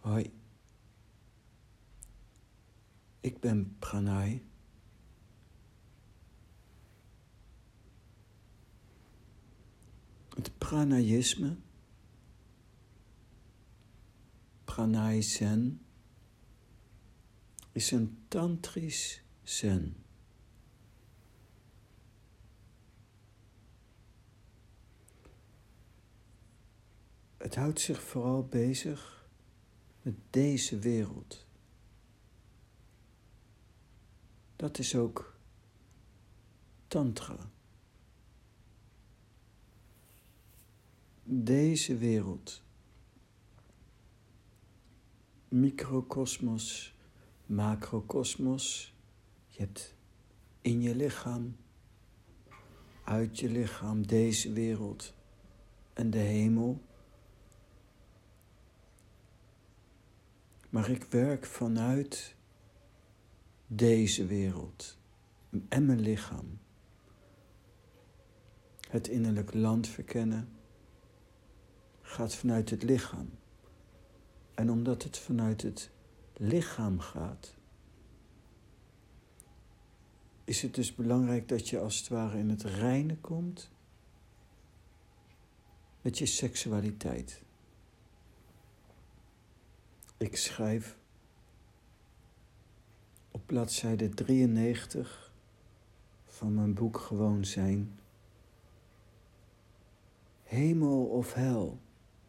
Hoi, ik ben Pranay. Het pranayisme, Pranay Zen, is een tantrisch zen. Het houdt zich vooral bezig met deze wereld. Dat is ook tantra. Deze wereld. Microkosmos, macrokosmos. Je hebt in je lichaam, uit je lichaam, deze wereld en de hemel. Maar ik werk vanuit deze wereld en mijn lichaam. Het innerlijk land verkennen gaat vanuit het lichaam. En omdat het vanuit het lichaam gaat, is het dus belangrijk dat je als het ware in het reine komt met je seksualiteit. Ik schrijf op bladzijde 93 van mijn boek Gewoon Zijn: hemel of hel?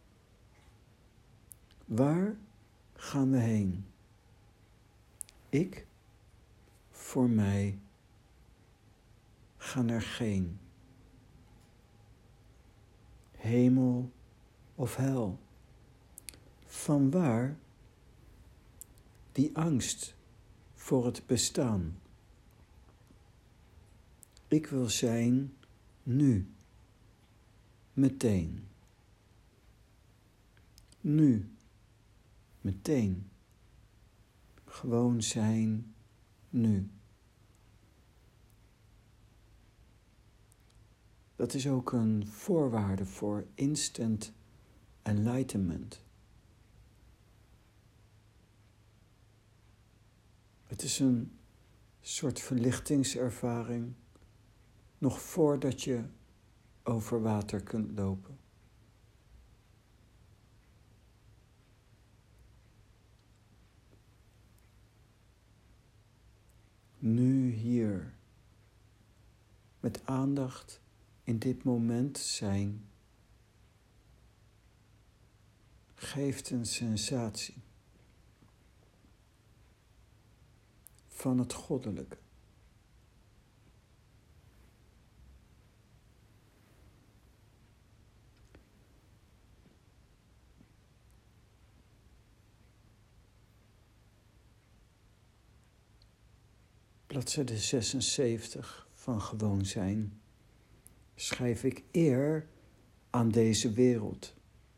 Waar gaan we heen? Ik, voor mij, gaan er geen. Hemel of hel? Vanwaar die angst voor het bestaan? Ik wil zijn nu, meteen. Nu, meteen. Gewoon zijn nu. Dat is ook een voorwaarde voor instant enlightenment. Het is een soort verlichtingservaring nog voordat je over water kunt lopen. Nu hier, met aandacht in dit moment zijn, geeft een sensatie van het goddelijke. Bladzijde 76 van Gewoon Zijn schrijf ik eer aan deze wereld.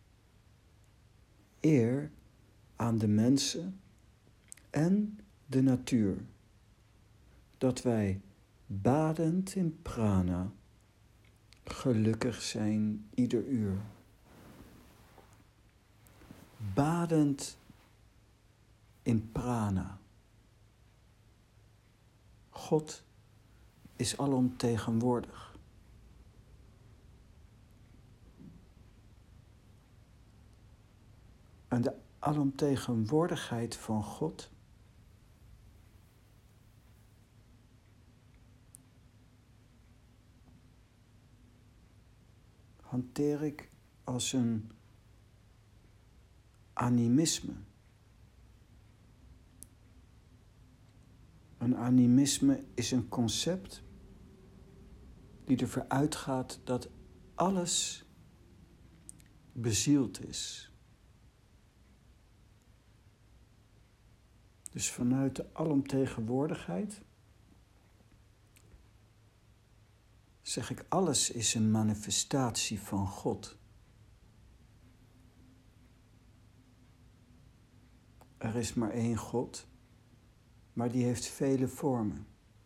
Eer aan de mensen en de natuur. Dat wij badend in prana gelukkig zijn ieder uur. Badend in prana. God is alomtegenwoordig. En de alomtegenwoordigheid van God hanteer ik als een animisme. Een animisme is een concept die ervoor uitgaat dat alles bezield is. Dus vanuit de alomtegenwoordigheid zeg ik, alles is een manifestatie van God. Er is maar één God, maar die heeft vele vormen.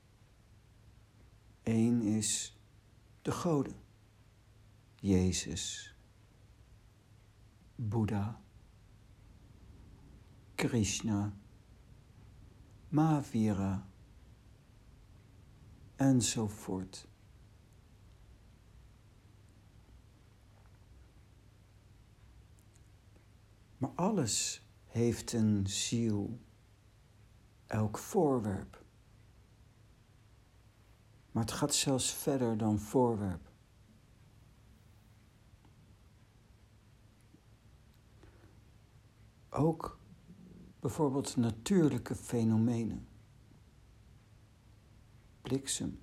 Eén is de goden. Jezus, Boeddha, Krishna, Mahavira enzovoort. Maar alles heeft een ziel, elk voorwerp. Maar het gaat zelfs verder dan voorwerp. Ook bijvoorbeeld natuurlijke fenomenen. Bliksem.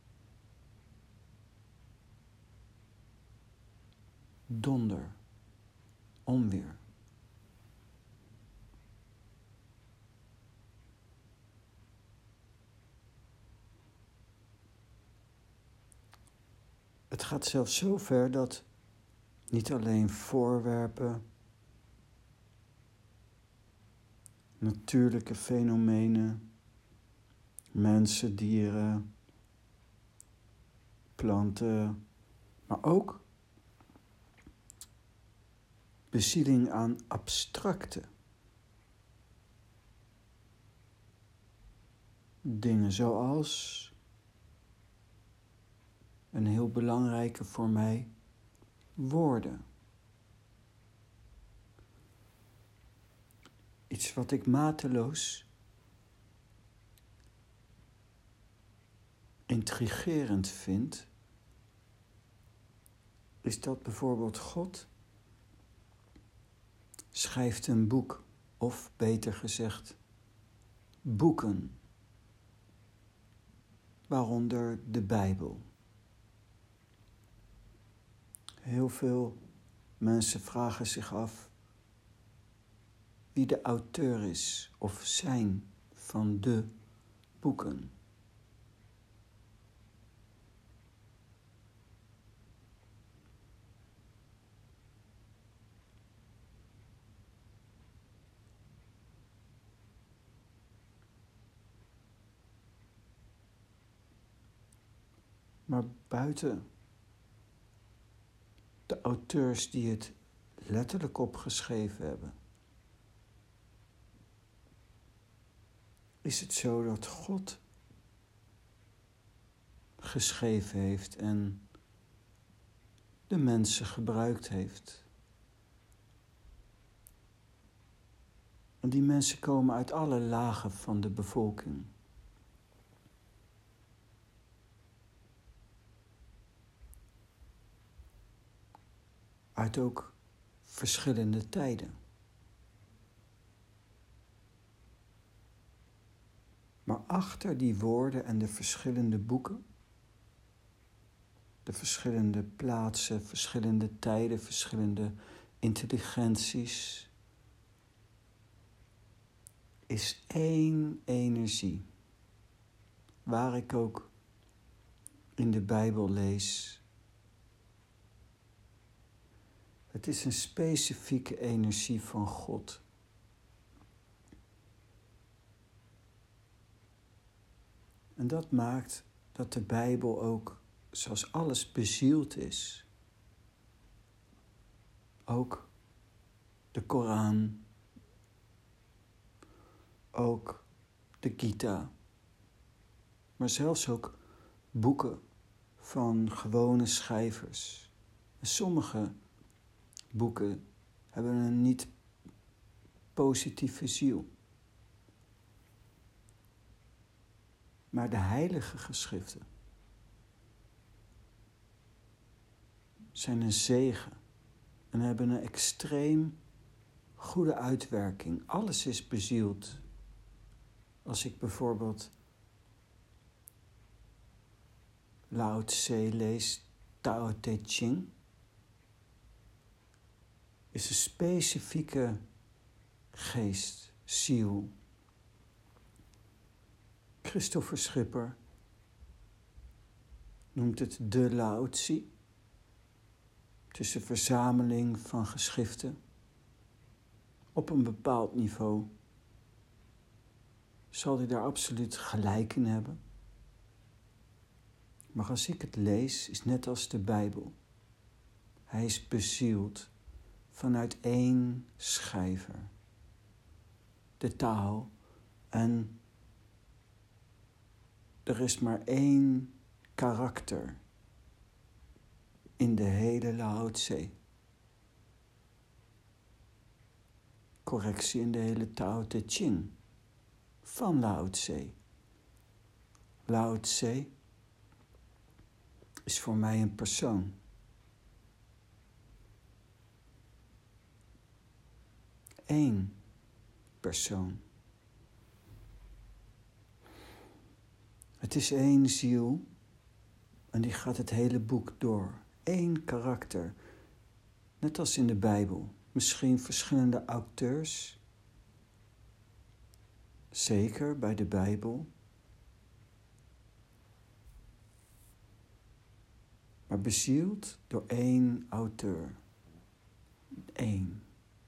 Donder. Onweer. Het gaat zelfs zo ver dat niet alleen voorwerpen, natuurlijke fenomenen, mensen, dieren, planten, maar ook bezieling aan abstracte dingen, zoals een heel belangrijke voor mij, woorden. Iets wat ik mateloos intrigerend vind, is dat bijvoorbeeld God schrijft een boek, of beter gezegd, boeken, waaronder de Bijbel. Heel veel mensen vragen zich af wie de auteur is of zijn van de boeken. Maar buiten de auteurs die het letterlijk opgeschreven hebben, is het zo dat God geschreven heeft en de mensen gebruikt heeft. En die mensen komen uit alle lagen van de bevolking. Uit ook verschillende tijden. Maar achter die woorden en de verschillende boeken, de verschillende plaatsen, verschillende tijden, verschillende intelligenties, is één energie. Waar ik ook in de Bijbel lees. Het is een specifieke energie van God. En dat maakt dat de Bijbel ook, zoals alles, bezield is. Ook de Koran, ook de Gita, maar zelfs ook boeken van gewone schrijvers. En sommige boeken hebben een niet positieve ziel. Maar de heilige geschriften zijn een zegen en hebben een extreem goede uitwerking. Alles is bezield. Als ik bijvoorbeeld Lao Tse lees, Tao Te Ching, is een specifieke geest, ziel. Christopher Schipper noemt het de Lao Tse. Het is een verzameling van geschriften op een bepaald niveau. Zal hij daar absoluut gelijk in hebben? Maar als ik het lees, is net als de Bijbel. Hij is bezield vanuit één schrijver. de Tao. En er is maar één karakter in de hele Lao Tse. Correctie, in de hele Tao Te Ching van Lao Tse. Lao Tse is voor mij een persoon. Eén persoon. Het is één ziel en die gaat het hele boek door. Eén karakter. Net als in de Bijbel. Misschien verschillende auteurs. Zeker bij de Bijbel. Maar bezield door één auteur. Eén.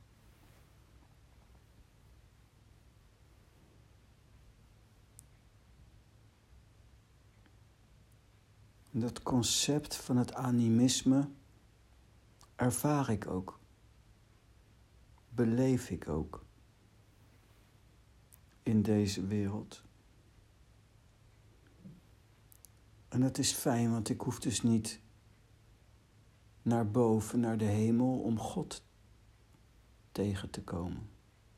En dat concept van het animisme ervaar ik ook. Beleef ik ook. In deze wereld. En dat is fijn, want ik hoef dus niet naar boven, naar de hemel, om God tegen te komen.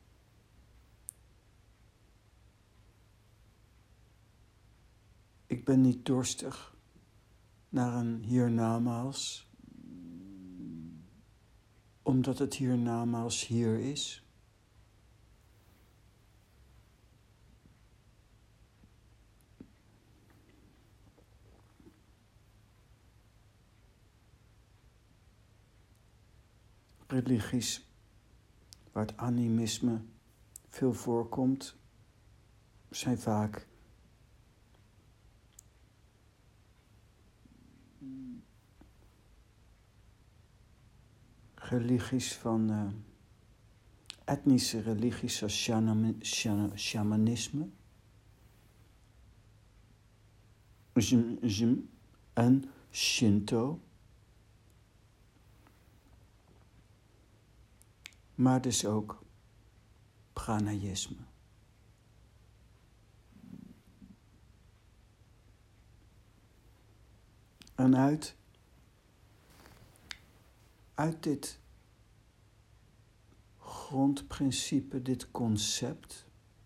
Ik ben niet dorstig naar een hiernamaals, omdat het hiernamaals hier is. Religies waar het animisme veel voorkomt, zijn vaak religies van etnische religies zoals shamanisme en Shinto. Maar dus ook pranayisme. En uit dit grondprincipe, dit concept,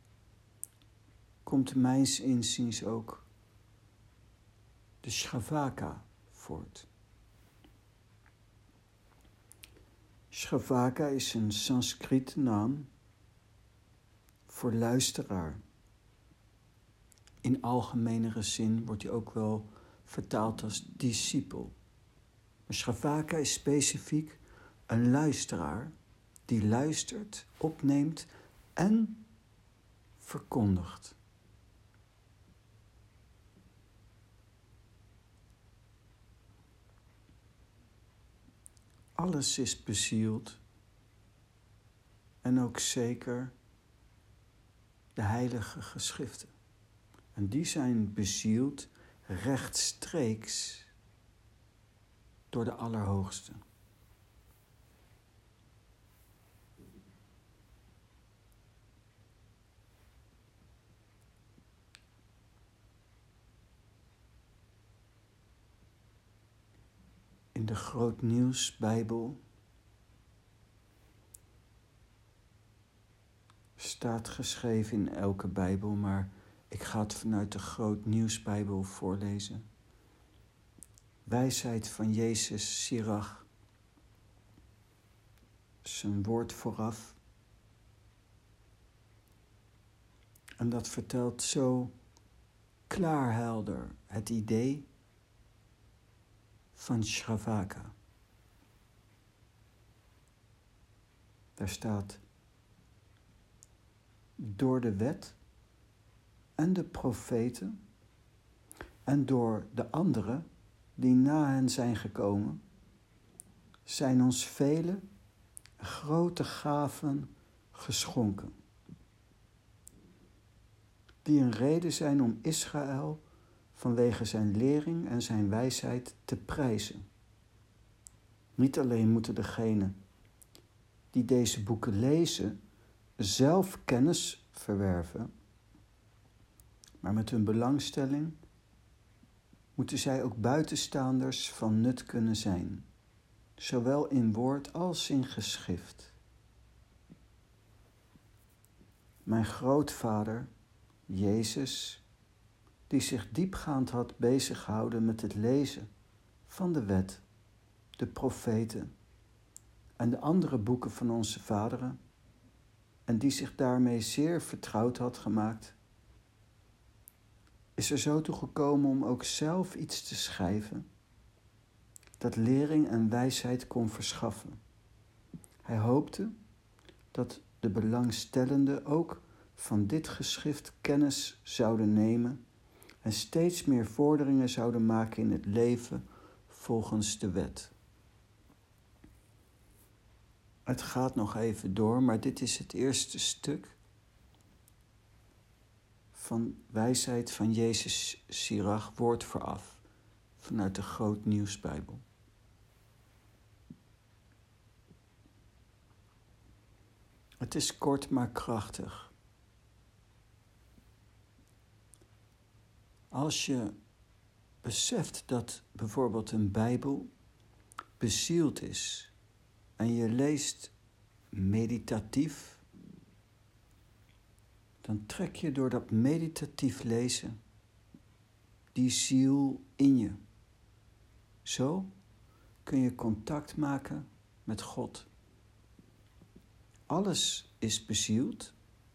komt mijns inziens ook de Sravaka voort. Sravaka is een Sanskriet naam voor luisteraar. In algemenere zin wordt hij ook wel vertaald als discipel. Maar Sravaka is specifiek een luisteraar die luistert, opneemt en verkondigt. Alles is bezield en ook zeker de heilige geschriften. En die zijn bezield rechtstreeks door de Allerhoogste. In de Grootnieuwsbijbel staat geschreven in elke Bijbel, maar ik ga het vanuit de Grootnieuwsbijbel voorlezen. Wijsheid van Jezus Sirach. Zijn woord vooraf. En dat vertelt zo klaarhelder het idee van Sravaka. Daar staat: door de wet en de profeten en door de anderen die na hen zijn gekomen, zijn ons vele grote gaven geschonken, die een reden zijn om Israël vanwege zijn lering en zijn wijsheid te prijzen. Niet alleen moeten degenen die deze boeken lezen zelf kennis verwerven, maar met hun belangstelling moeten zij ook buitenstaanders van nut kunnen zijn, zowel in woord als in geschrift. Mijn grootvader, Jezus, die zich diepgaand had bezighouden met het lezen van de wet, de profeten en de andere boeken van onze vaderen, en die zich daarmee zeer vertrouwd had gemaakt, is er zo toe gekomen om ook zelf iets te schrijven dat lering en wijsheid kon verschaffen. Hij hoopte dat de belangstellenden ook van dit geschrift kennis zouden nemen en steeds meer vorderingen zouden maken in het leven volgens de wet. Het gaat nog even door, maar dit is het eerste stuk van wijsheid van Jezus Sirach, woord vooraf, vanuit de Groot Nieuwsbijbel. Het is kort maar krachtig. Als je beseft dat bijvoorbeeld een Bijbel bezield is en je leest meditatief, dan trek je door dat meditatief lezen die ziel in je. Zo kun je contact maken met God. Alles is bezield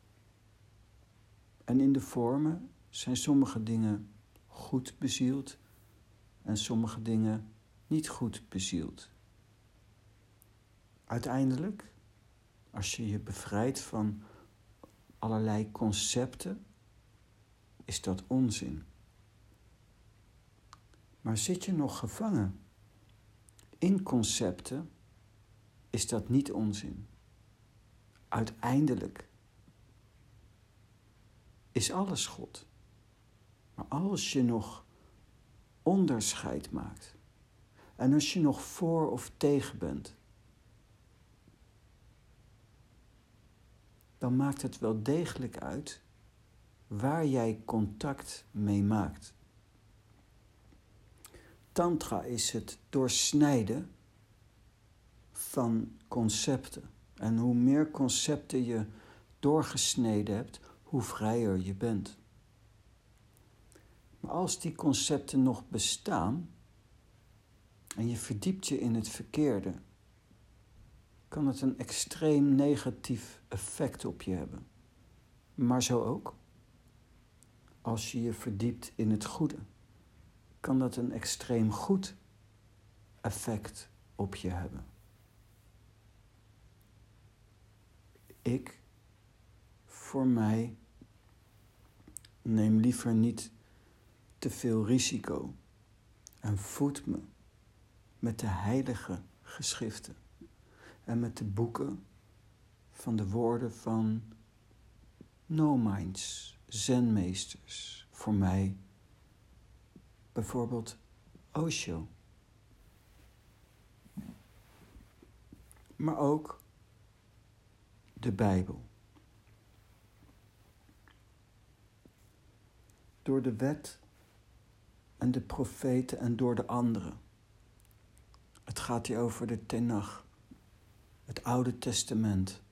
en in de vormen zijn sommige dingen goed bezield en sommige dingen niet goed bezield. Uiteindelijk, als je je bevrijdt van allerlei concepten, is dat onzin. Maar zit je nog gevangen in concepten, is dat niet onzin. Uiteindelijk is alles God. Maar als je nog onderscheid maakt en als je nog voor of tegen bent, dan maakt het wel degelijk uit waar jij contact mee maakt. Tantra is het doorsnijden van concepten. En hoe meer concepten je doorgesneden hebt, hoe vrijer je bent. Maar als die concepten nog bestaan en je verdiept je in het verkeerde, kan het een extreem negatief effect op je hebben. Maar zo ook, als je je verdiept in het goede, kan dat een extreem goed effect op je hebben. Ik, voor mij, neem liever niet te veel risico en voed me met de heilige geschriften en met de boeken van de woorden van no-minds, zenmeesters. Voor mij bijvoorbeeld Osho. Maar ook de Bijbel. Door de wet en de profeten en door de anderen. Het gaat hier over de Tenach, het Oude Testament.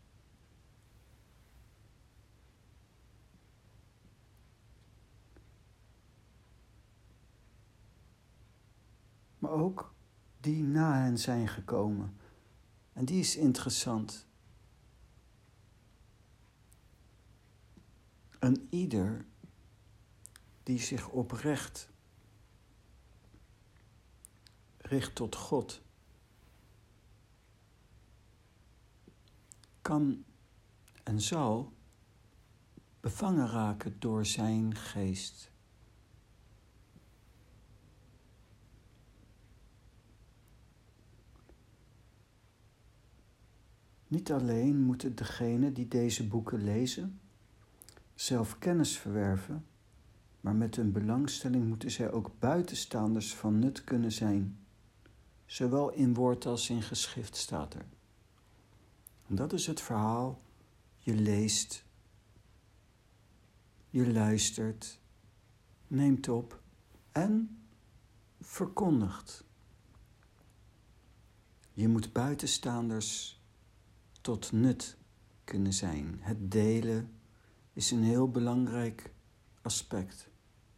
Maar ook die na hen zijn gekomen. En die is interessant. En ieder die zich oprecht richt tot God, kan en zal bevangen raken door zijn geest. Niet alleen moeten degenen die deze boeken lezen zelf kennis verwerven, maar met hun belangstelling moeten zij ook buitenstaanders van nut kunnen zijn. Zowel in woord als in geschrift staat er. En dat is het verhaal Je leest, je luistert, neemt op en verkondigt. Je moet buitenstaanders tot nut kunnen zijn. Het delen is een heel belangrijk aspect.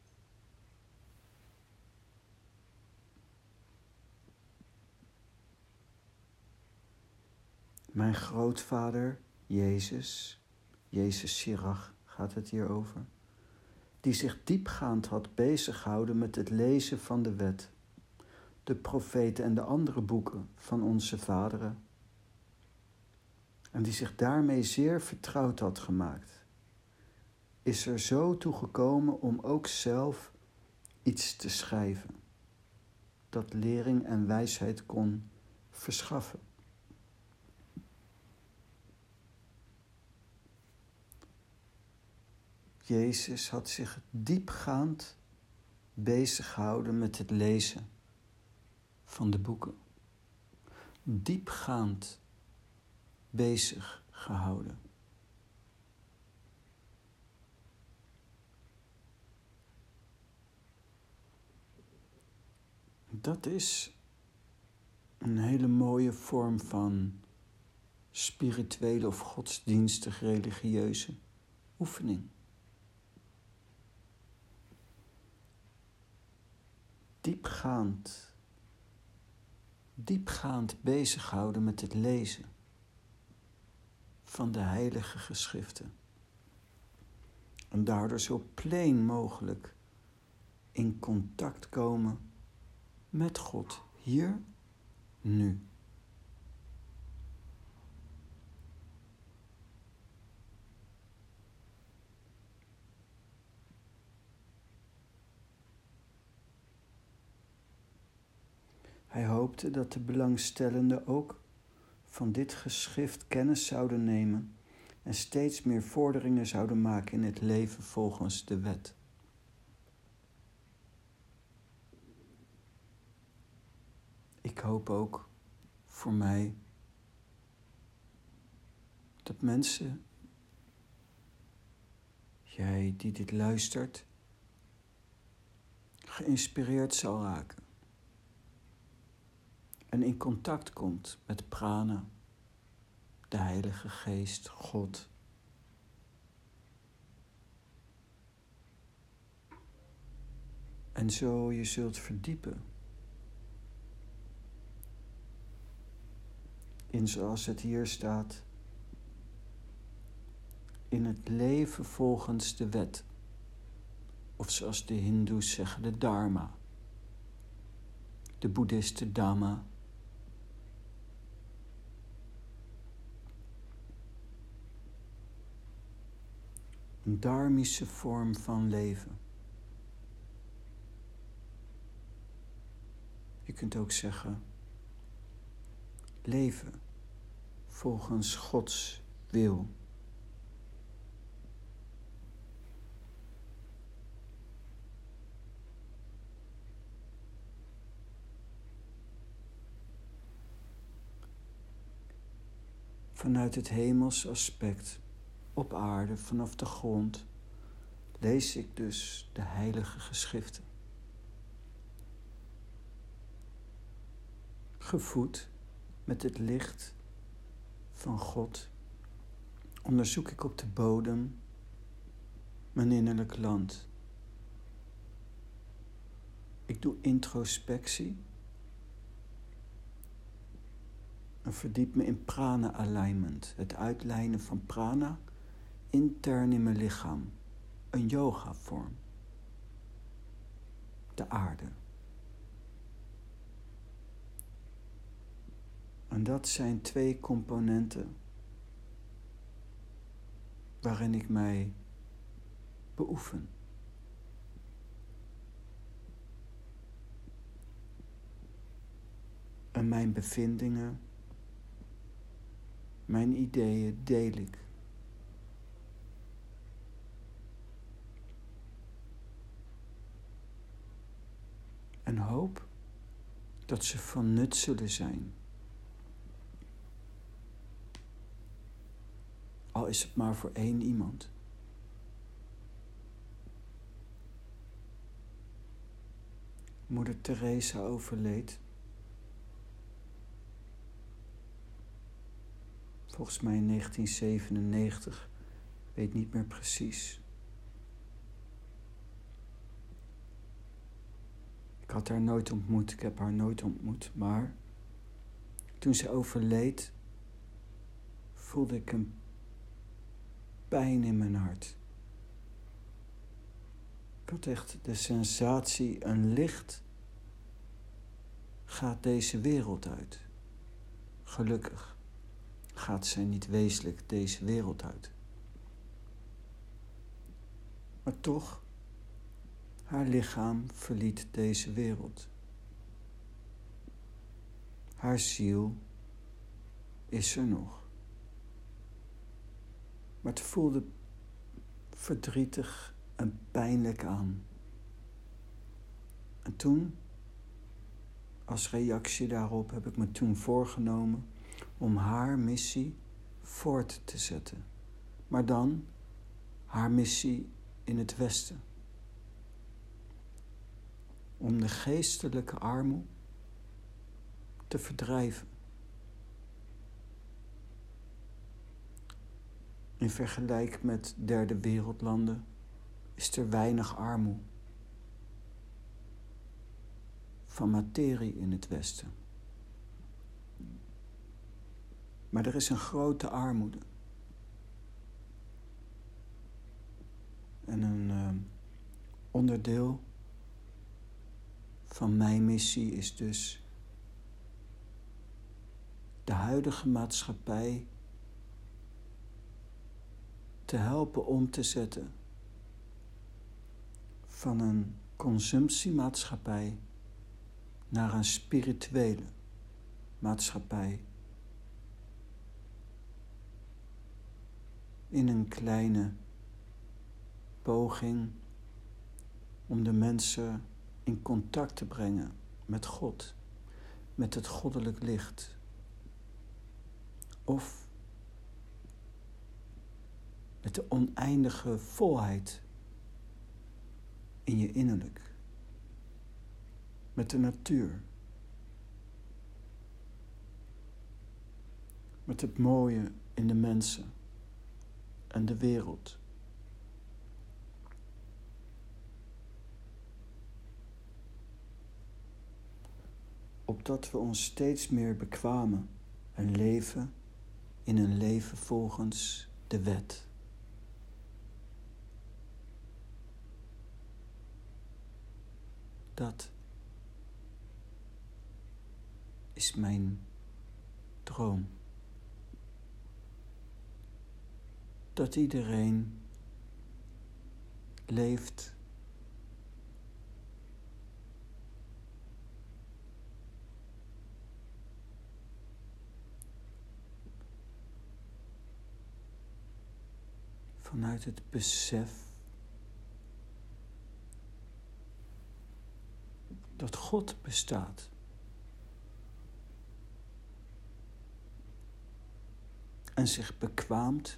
Mijn grootvader, Jezus Sirach gaat het hier over, die zich diepgaand had bezighouden met het lezen van de wet, de profeten en de andere boeken van onze vaderen, en die zich daarmee zeer vertrouwd had gemaakt, is er zo toe gekomen om ook zelf iets te schrijven, dat lering en wijsheid kon verschaffen. Jezus had zich diepgaand bezighouden met het lezen van de boeken. Diepgaand bezig gehouden. Dat is een hele mooie vorm van spirituele of godsdienstig religieuze oefening. Diepgaand bezighouden met het lezen van de heilige geschriften. En daardoor zo plein mogelijk in contact komen met God, hier, nu. Hij hoopte dat de belangstellenden ook van dit geschrift kennis zouden nemen en steeds meer vorderingen zouden maken in het leven volgens de wet. Ik hoop ook voor mij dat mensen, jij die dit luistert, geïnspireerd zal raken en in contact komt met prana, de Heilige Geest, God. En zo je zult verdiepen in, zoals het hier staat, in het leven volgens de wet. Of zoals de Hindoes zeggen, de Dharma. De Boeddhisten Dhamma. Een dharmische vorm van leven. Je kunt ook zeggen, leven volgens Gods wil. Vanuit het hemels aspect, op aarde, vanaf de grond, lees ik dus de heilige geschriften. Gevoed met het licht van God, onderzoek ik op de bodem mijn innerlijk land. Ik doe introspectie en verdiep me in prana alignment, het uitlijnen van prana intern in mijn lichaam, een yoga vorm, de aarde. En dat zijn 2 componenten waarin ik mij beoefen. En mijn bevindingen, mijn ideeën deel ik. En hoop dat ze van nut zullen zijn. al is het maar voor één iemand. Moeder Teresa overleed. Volgens mij in 1997, weet niet meer precies. Ik had haar nooit ontmoet, ik heb haar nooit ontmoet, maar toen ze overleed, voelde ik een pijn in mijn hart. Ik had echt de sensatie, een licht gaat deze wereld uit. Gelukkig gaat zij niet wezenlijk deze wereld uit. Maar toch, haar lichaam verliet deze wereld. Haar ziel is er nog. Maar het voelde verdrietig en pijnlijk aan. En toen, als reactie daarop, heb ik me toen voorgenomen om haar missie voort te zetten. Maar dan haar missie in het Westen. Om de geestelijke armoede te verdrijven. In vergelijking met derde wereldlanden is er weinig armoede van materie in het Westen. Maar er is een grote armoede. En een onderdeel van mijn missie is dus de huidige maatschappij te helpen om te zetten van een consumptiemaatschappij naar een spirituele maatschappij. In een kleine poging om de mensen in contact te brengen met God, met het goddelijk licht. Of met de oneindige volheid in je innerlijk. Met de natuur. Met het mooie in de mensen en de wereld. Opdat we ons steeds meer bekwamen en leven in een leven volgens de wet. Dat is mijn droom. Dat iedereen leeft vanuit het besef dat God bestaat. En zich bekwaamt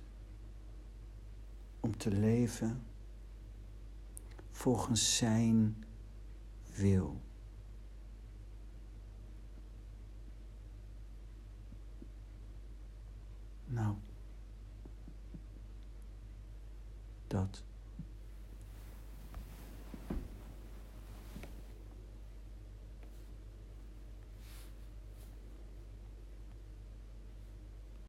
om te leven volgens zijn wil. Nou, dat.